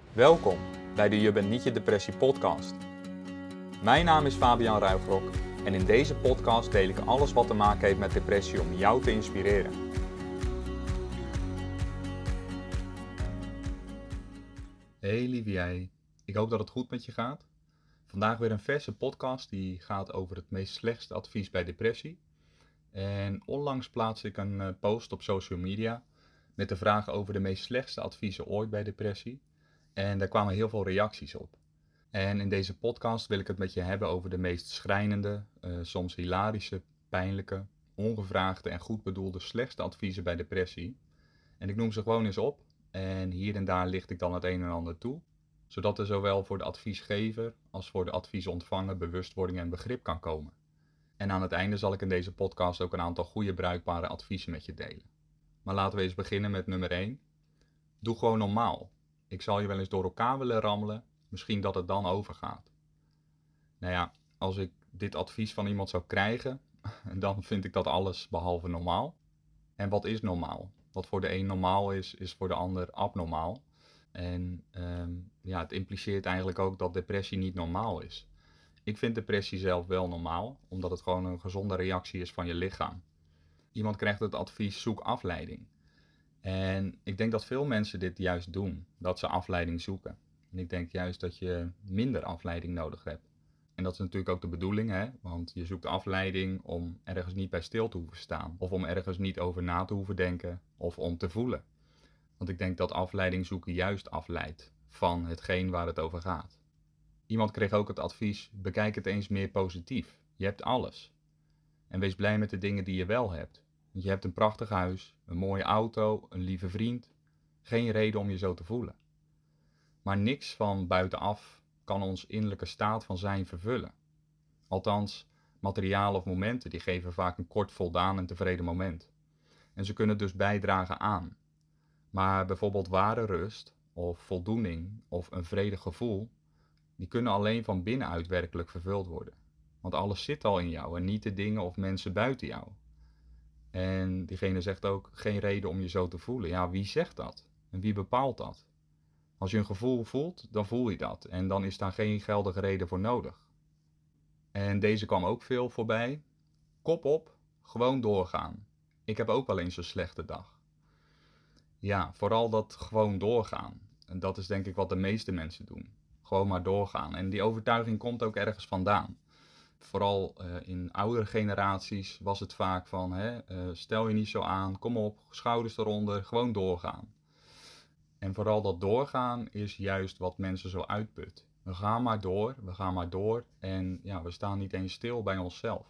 Welkom bij de Je bent niet je depressie podcast. Mijn naam is Fabian Ruigrok en in deze podcast deel ik alles wat te maken heeft met depressie om jou te inspireren. Hey lieve jij, ik hoop dat het goed met je gaat. Vandaag weer een verse podcast die gaat over het meest slechtste advies bij depressie. En onlangs plaatste ik een post op social media met de vraag over de meest slechtste adviezen ooit bij depressie. En daar kwamen heel veel reacties op. En in deze podcast wil ik het met je hebben over de meest schrijnende, soms hilarische, pijnlijke, ongevraagde en goed bedoelde slechtste adviezen bij depressie. En ik noem ze gewoon eens op en hier en daar licht ik dan het een en ander toe, zodat er zowel voor de adviesgever als voor de adviesontvanger bewustwording en begrip kan komen. En aan het einde zal ik in deze podcast ook een aantal goede bruikbare adviezen met je delen. Maar laten we eens beginnen met nummer 1. Doe gewoon normaal. Ik zal je wel eens door elkaar willen rammelen, misschien dat het dan overgaat. Nou ja, als ik dit advies van iemand zou krijgen, dan vind ik dat alles behalve normaal. En wat is normaal? Wat voor de een normaal is voor de ander abnormaal. En het impliceert eigenlijk ook dat depressie niet normaal is. Ik vind depressie zelf wel normaal, omdat het gewoon een gezonde reactie is van je lichaam. Iemand krijgt het advies: zoek afleiding. En ik denk dat veel mensen dit juist doen, dat ze afleiding zoeken. En ik denk juist dat je minder afleiding nodig hebt. En dat is natuurlijk ook de bedoeling, hè? Want je zoekt afleiding om ergens niet bij stil te hoeven staan. Of om ergens niet over na te hoeven denken. Of om te voelen. Want ik denk dat afleiding zoeken juist afleidt van hetgeen waar het over gaat. Iemand kreeg ook het advies: bekijk het eens meer positief. Je hebt alles. En wees blij met de dingen die je wel hebt. Want je hebt een prachtig huis, een mooie auto, een lieve vriend. Geen reden om je zo te voelen. Maar niks van buitenaf kan ons innerlijke staat van zijn vervullen. Althans, materialen of momenten die geven vaak een kort voldaan en tevreden moment. En ze kunnen dus bijdragen aan. Maar bijvoorbeeld ware rust of voldoening of een vredig gevoel, die kunnen alleen van binnenuit werkelijk vervuld worden. Want alles zit al in jou en niet de dingen of mensen buiten jou. En diegene zegt ook: geen reden om je zo te voelen. Ja, wie zegt dat? En wie bepaalt dat? Als je een gevoel voelt, dan voel je dat. En dan is daar geen geldige reden voor nodig. En deze kwam ook veel voorbij. Kop op, gewoon doorgaan. Ik heb ook wel eens een slechte dag. Ja, vooral dat gewoon doorgaan. En dat is denk ik wat de meeste mensen doen. Gewoon maar doorgaan. En die overtuiging komt ook ergens vandaan. Vooral in oudere generaties was het vaak van: stel je niet zo aan, kom op, schouders eronder, gewoon doorgaan. En vooral dat doorgaan is juist wat mensen zo uitput. We gaan maar door en ja, we staan niet eens stil bij onszelf.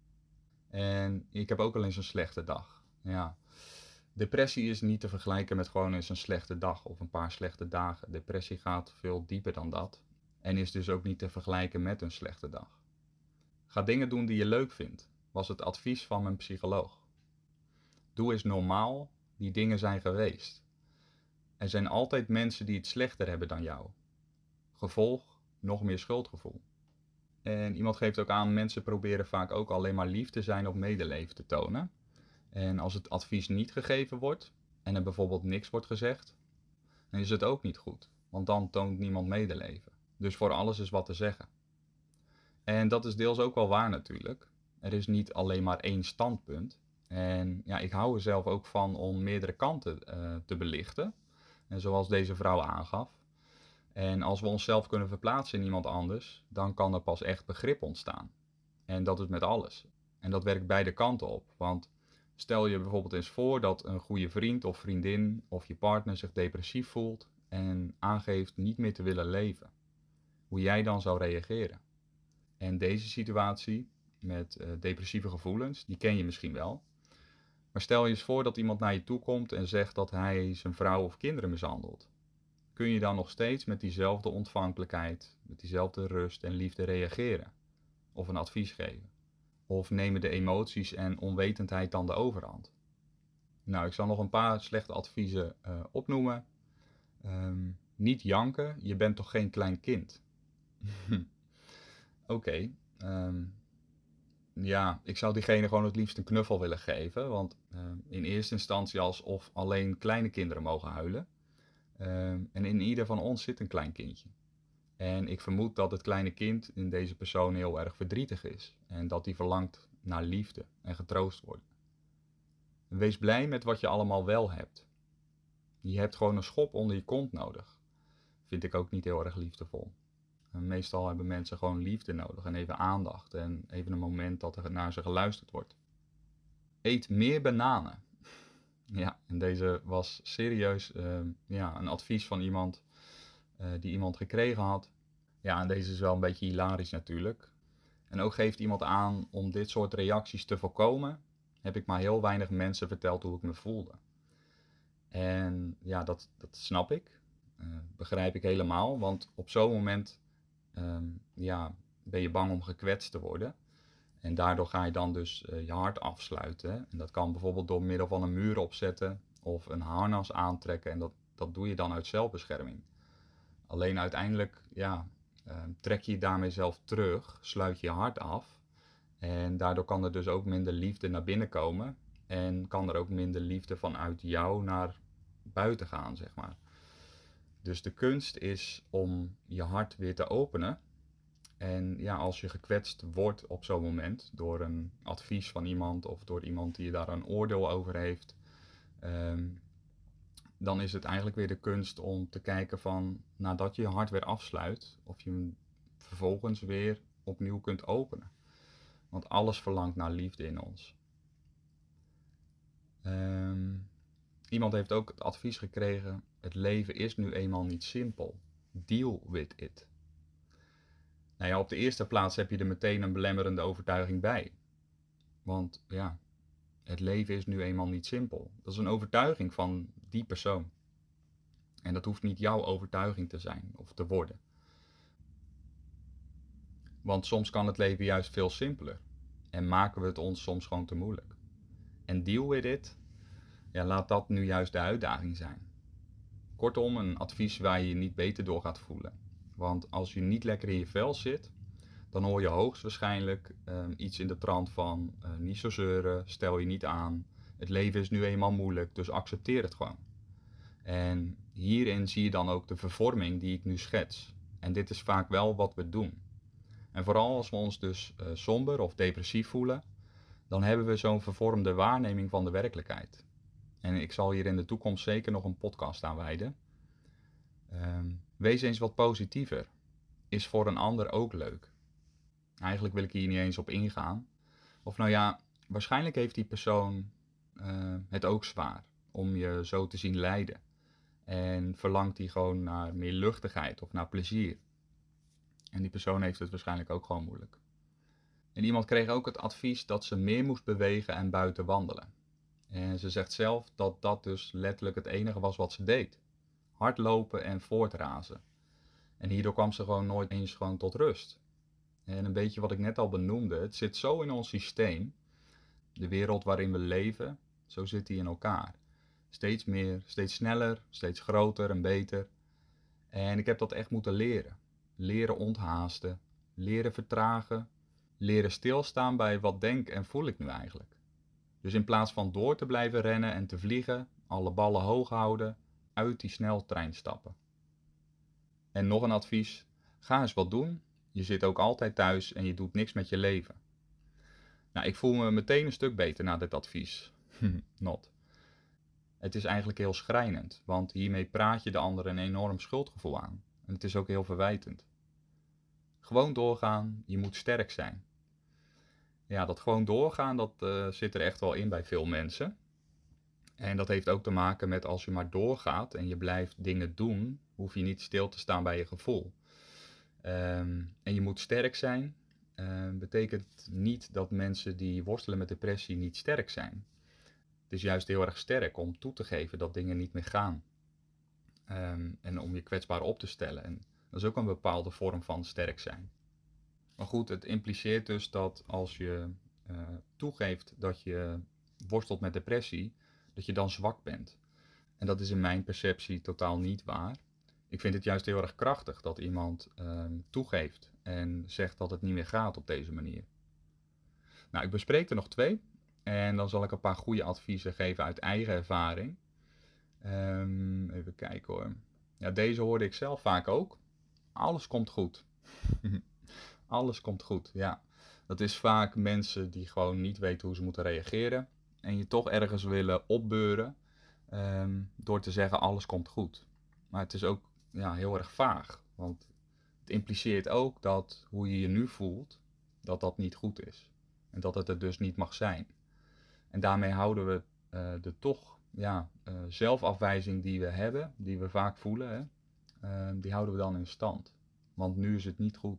En ik heb ook wel eens een slechte dag. Ja. Depressie is niet te vergelijken met gewoon eens een slechte dag of een paar slechte dagen. Depressie gaat veel dieper dan dat en is dus ook niet te vergelijken met een slechte dag. Ga dingen doen die je leuk vindt, was het advies van mijn psycholoog. Doe eens normaal, die dingen zijn geweest. Er zijn altijd mensen die het slechter hebben dan jou. Gevolg, nog meer schuldgevoel. En iemand geeft ook aan: mensen proberen vaak ook alleen maar lief te zijn of medeleven te tonen. En als het advies niet gegeven wordt en er bijvoorbeeld niks wordt gezegd, dan is het ook niet goed. Want dan toont niemand medeleven. Dus voor alles is wat te zeggen. En dat is deels ook wel waar natuurlijk. Er is niet alleen maar één standpunt. En ja, ik hou er zelf ook van om meerdere kanten te belichten. En zoals deze vrouw aangaf. En als we onszelf kunnen verplaatsen in iemand anders, dan kan er pas echt begrip ontstaan. En dat is met alles. En dat werkt beide kanten op. Want stel je bijvoorbeeld eens voor dat een goede vriend of vriendin of je partner zich depressief voelt en aangeeft niet meer te willen leven. Hoe jij dan zou reageren. En deze situatie met depressieve gevoelens, die ken je misschien wel. Maar stel je eens voor dat iemand naar je toe komt en zegt dat hij zijn vrouw of kinderen mishandelt. Kun je dan nog steeds met diezelfde ontvankelijkheid, met diezelfde rust en liefde reageren? Of een advies geven? Of nemen de emoties en onwetendheid dan de overhand? Nou, ik zal nog een paar slechte adviezen opnoemen. Niet janken, je bent toch geen klein kind? Oké. Ja, ik zou diegene gewoon het liefst een knuffel willen geven. Want in eerste instantie alsof alleen kleine kinderen mogen huilen. En in ieder van ons zit een klein kindje. En ik vermoed dat het kleine kind in deze persoon heel erg verdrietig is. En dat hij verlangt naar liefde en getroost worden. Wees blij met wat je allemaal wel hebt. Je hebt gewoon een schop onder je kont nodig. Vind ik ook niet heel erg liefdevol. En meestal hebben mensen gewoon liefde nodig en even aandacht en even een moment dat er naar ze geluisterd wordt. Eet meer bananen. Ja, en deze was serieus een advies van iemand die iemand gekregen had. Ja, en deze is wel een beetje hilarisch natuurlijk. En ook geeft iemand aan om dit soort reacties te voorkomen, heb ik maar heel weinig mensen verteld hoe ik me voelde. En ja, dat snap ik. Begrijp ik helemaal, want op zo'n moment ben je bang om gekwetst te worden. En daardoor ga je dan dus je hart afsluiten. Hè? En dat kan bijvoorbeeld door middel van een muur opzetten of een harnas aantrekken. En dat doe je dan uit zelfbescherming. Alleen uiteindelijk trek je daarmee zelf terug, sluit je hart af. En daardoor kan er dus ook minder liefde naar binnen komen. En kan er ook minder liefde vanuit jou naar buiten gaan, zeg maar. Dus de kunst is om je hart weer te openen. En ja, als je gekwetst wordt op zo'n moment door een advies van iemand of door iemand die daar een oordeel over heeft, dan is het eigenlijk weer de kunst om te kijken van, nadat je je hart weer afsluit, of je hem vervolgens weer opnieuw kunt openen. Want alles verlangt naar liefde in ons. Iemand heeft ook het advies gekregen, het leven is nu eenmaal niet simpel. Deal with it. Nou ja, op de eerste plaats heb je er meteen een belemmerende overtuiging bij. Want ja, het leven is nu eenmaal niet simpel. Dat is een overtuiging van die persoon. En dat hoeft niet jouw overtuiging te zijn of te worden. Want soms kan het leven juist veel simpeler. En maken we het ons soms gewoon te moeilijk. En deal with it, ja, laat dat nu juist de uitdaging zijn. Kortom, een advies waar je je niet beter door gaat voelen. Want als je niet lekker in je vel zit, dan hoor je hoogstwaarschijnlijk iets in de trant van niet zo zeuren, stel je niet aan. Het leven is nu eenmaal moeilijk, dus accepteer het gewoon. En hierin zie je dan ook de vervorming die ik nu schets. En dit is vaak wel wat we doen. En vooral als we ons dus somber of depressief voelen, dan hebben we zo'n vervormde waarneming van de werkelijkheid. En ik zal hier in de toekomst zeker nog een podcast aan wijden. Wees eens wat positiever. Is voor een ander ook leuk. Eigenlijk wil ik hier niet eens op ingaan. Of nou ja, waarschijnlijk heeft die persoon het ook zwaar om je zo te zien lijden. En verlangt hij gewoon naar meer luchtigheid of naar plezier. En die persoon heeft het waarschijnlijk ook gewoon moeilijk. En iemand kreeg ook het advies dat ze meer moest bewegen en buiten wandelen. En ze zegt zelf dat dat dus letterlijk het enige was wat ze deed. Hardlopen en voortrazen. En hierdoor kwam ze gewoon nooit eens gewoon tot rust. En een beetje wat ik net al benoemde, het zit zo in ons systeem. De wereld waarin we leven, zo zit die in elkaar. Steeds meer, steeds sneller, steeds groter en beter. En ik heb dat echt moeten leren. Leren onthaasten, leren vertragen, leren stilstaan bij wat denk en voel ik nu eigenlijk. Dus in plaats van door te blijven rennen en te vliegen, alle ballen hoog houden, uit die sneltrein stappen. En nog een advies, ga eens wat doen. Je zit ook altijd thuis en je doet niks met je leven. Nou, ik voel me meteen een stuk beter na dit advies. Not. Het is eigenlijk heel schrijnend, want hiermee praat je de ander een enorm schuldgevoel aan. En het is ook heel verwijtend. Gewoon doorgaan, je moet sterk zijn. Ja, dat gewoon doorgaan, dat zit er echt wel in bij veel mensen. En dat heeft ook te maken met als je maar doorgaat en je blijft dingen doen, hoef je niet stil te staan bij je gevoel. En je moet sterk zijn. Betekent niet dat mensen die worstelen met depressie niet sterk zijn. Het is juist heel erg sterk om toe te geven dat dingen niet meer gaan. En om je kwetsbaar op te stellen. En dat is ook een bepaalde vorm van sterk zijn. Maar goed, het impliceert dus dat als je toegeeft dat je worstelt met depressie, dat je dan zwak bent. En dat is in mijn perceptie totaal niet waar. Ik vind het juist heel erg krachtig dat iemand toegeeft en zegt dat het niet meer gaat op deze manier. Nou, ik bespreek er nog 2 en dan zal ik een paar goede adviezen geven uit eigen ervaring. Even kijken hoor. Ja, deze hoorde ik zelf vaak ook. Alles komt goed. Alles komt goed, ja. Dat is vaak mensen die gewoon niet weten hoe ze moeten reageren. En je toch ergens willen opbeuren door te zeggen alles komt goed. Maar het is ook heel erg vaag. Want het impliceert ook dat hoe je je nu voelt, dat dat niet goed is. En dat het er dus niet mag zijn. En daarmee houden we de toch zelfafwijzing die we hebben, die we vaak voelen, hè, die houden we dan in stand. Want nu is het niet goed.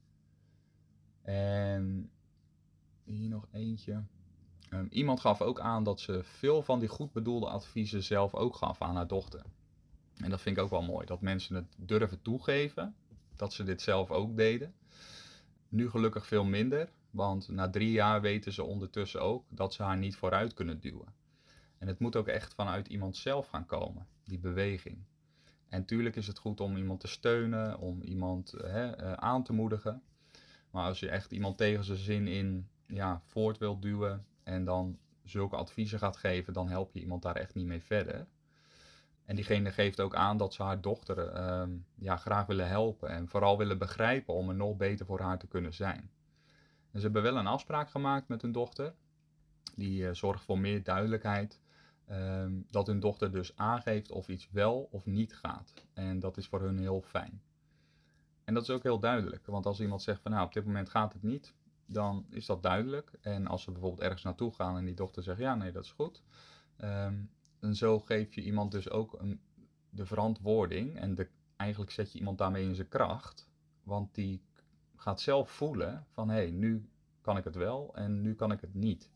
En hier nog eentje. Iemand gaf ook aan dat ze veel van die goed bedoelde adviezen zelf ook gaf aan haar dochter. En dat vind ik ook wel mooi, dat mensen het durven toegeven, dat ze dit zelf ook deden. Nu gelukkig veel minder, want na 3 jaar weten ze ondertussen ook dat ze haar niet vooruit kunnen duwen. En het moet ook echt vanuit iemand zelf gaan komen, die beweging. En tuurlijk is het goed om iemand te steunen, om iemand aan te moedigen. Maar als je echt iemand tegen zijn zin in voort wilt duwen en dan zulke adviezen gaat geven, dan help je iemand daar echt niet mee verder. En diegene geeft ook aan dat ze haar dochter graag willen helpen en vooral willen begrijpen om er nog beter voor haar te kunnen zijn. En ze hebben wel een afspraak gemaakt met hun dochter. Die zorgt voor meer duidelijkheid. Dat hun dochter dus aangeeft of iets wel of niet gaat. En dat is voor hun heel fijn. En dat is ook heel duidelijk. Want als iemand zegt van nou op dit moment gaat het niet, dan is dat duidelijk. En als ze bijvoorbeeld ergens naartoe gaan en die dochter zegt ja nee dat is goed. En zo geef je iemand dus ook de verantwoording. En eigenlijk zet je iemand daarmee in zijn kracht. Want die gaat zelf voelen van hé, nu kan ik het wel en nu kan ik het niet.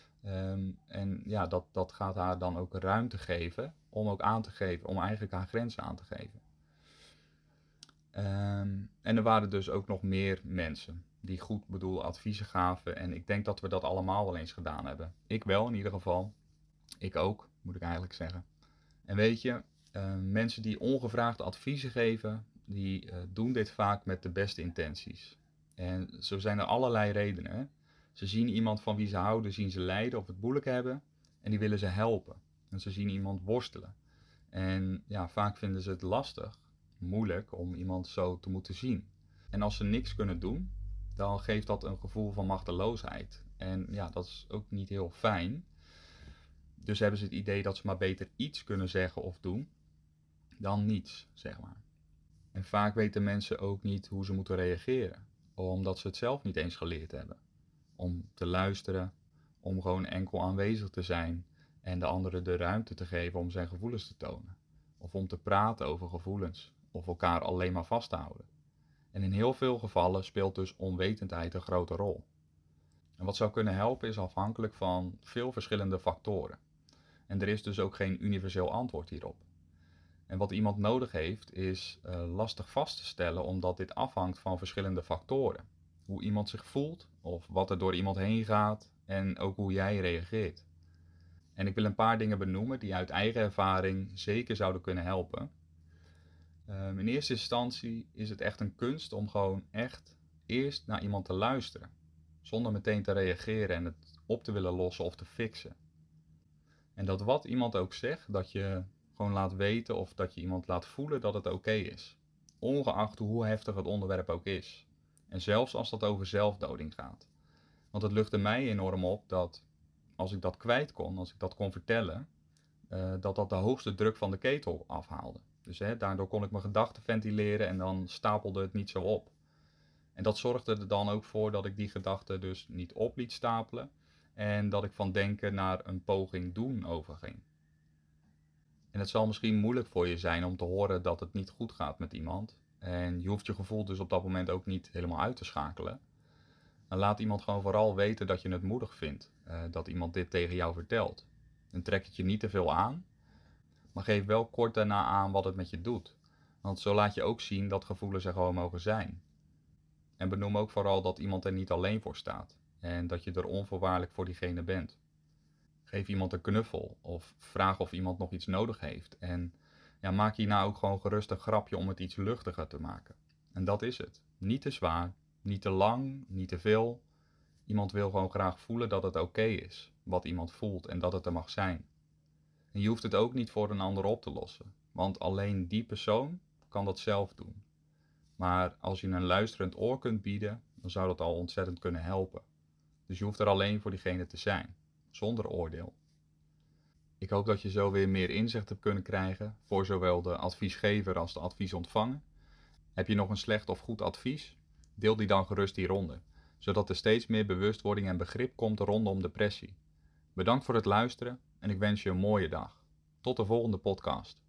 Dat gaat haar dan ook ruimte geven om ook aan te geven, om eigenlijk haar grenzen aan te geven. En er waren dus ook nog meer mensen die goed bedoelde adviezen gaven. En ik denk dat we dat allemaal wel eens gedaan hebben. Ik wel in ieder geval. Ik ook, moet ik eigenlijk zeggen. En weet je, mensen die ongevraagd adviezen geven, die doen dit vaak met de beste intenties. En zo zijn er allerlei redenen. Hè? Ze zien iemand van wie ze houden, zien ze lijden of het moeilijk hebben. En die willen ze helpen. En ze zien iemand worstelen. En vaak vinden ze het lastig, moeilijk om iemand zo te moeten zien. En als ze niks kunnen doen, dan geeft dat een gevoel van machteloosheid. En dat is ook niet heel fijn. Dus hebben ze het idee dat ze maar beter iets kunnen zeggen of doen dan niets, zeg maar. En vaak weten mensen ook niet hoe ze moeten reageren, omdat ze het zelf niet eens geleerd hebben. Om te luisteren, om gewoon enkel aanwezig te zijn en de andere de ruimte te geven om zijn gevoelens te tonen. Of om te praten over gevoelens, of elkaar alleen maar vast te houden. En in heel veel gevallen speelt dus onwetendheid een grote rol. En wat zou kunnen helpen is afhankelijk van veel verschillende factoren. En er is dus ook geen universeel antwoord hierop. En wat iemand nodig heeft is lastig vast te stellen omdat dit afhangt van verschillende factoren. Hoe iemand zich voelt of wat er door iemand heen gaat en ook hoe jij reageert. En ik wil een paar dingen benoemen die uit eigen ervaring zeker zouden kunnen helpen. In eerste instantie is het echt een kunst om gewoon echt eerst naar iemand te luisteren. Zonder meteen te reageren en het op te willen lossen of te fixen. En dat wat iemand ook zegt, dat je gewoon laat weten of dat je iemand laat voelen dat het oké is. Ongeacht hoe heftig het onderwerp ook is. En zelfs als dat over zelfdoding gaat. Want het luchtte mij enorm op dat als ik dat kwijt kon, als ik dat kon vertellen, dat de hoogste druk van de ketel afhaalde. Dus daardoor kon ik mijn gedachten ventileren en dan stapelde het niet zo op. En dat zorgde er dan ook voor dat ik die gedachten dus niet op liet stapelen. En dat ik van denken naar een poging doen overging. En het zal misschien moeilijk voor je zijn om te horen dat het niet goed gaat met iemand. En je hoeft je gevoel dus op dat moment ook niet helemaal uit te schakelen. Dan laat iemand gewoon vooral weten dat je het moedig vindt. Dat iemand dit tegen jou vertelt. En trek het je niet te veel aan. Maar geef wel kort daarna aan wat het met je doet. Want zo laat je ook zien dat gevoelens er gewoon mogen zijn. En benoem ook vooral dat iemand er niet alleen voor staat. En dat je er onvoorwaardelijk voor diegene bent. Geef iemand een knuffel of vraag of iemand nog iets nodig heeft. En maak hierna ook gewoon gerust een grapje om het iets luchtiger te maken. En dat is het. Niet te zwaar, niet te lang, niet te veel. Iemand wil gewoon graag voelen dat het oké is, wat iemand voelt en dat het er mag zijn. En je hoeft het ook niet voor een ander op te lossen. want alleen die persoon kan dat zelf doen. Maar als je een luisterend oor kunt bieden, dan zou dat al ontzettend kunnen helpen. Dus je hoeft er alleen voor diegene te zijn, zonder oordeel. Ik hoop dat je zo weer meer inzicht hebt kunnen krijgen voor zowel de adviesgever als de adviesontvanger. Heb je nog een slecht of goed advies? Deel die dan gerust hieronder, zodat er steeds meer bewustwording en begrip komt rondom depressie. Bedankt voor het luisteren en ik wens je een mooie dag. Tot de volgende podcast.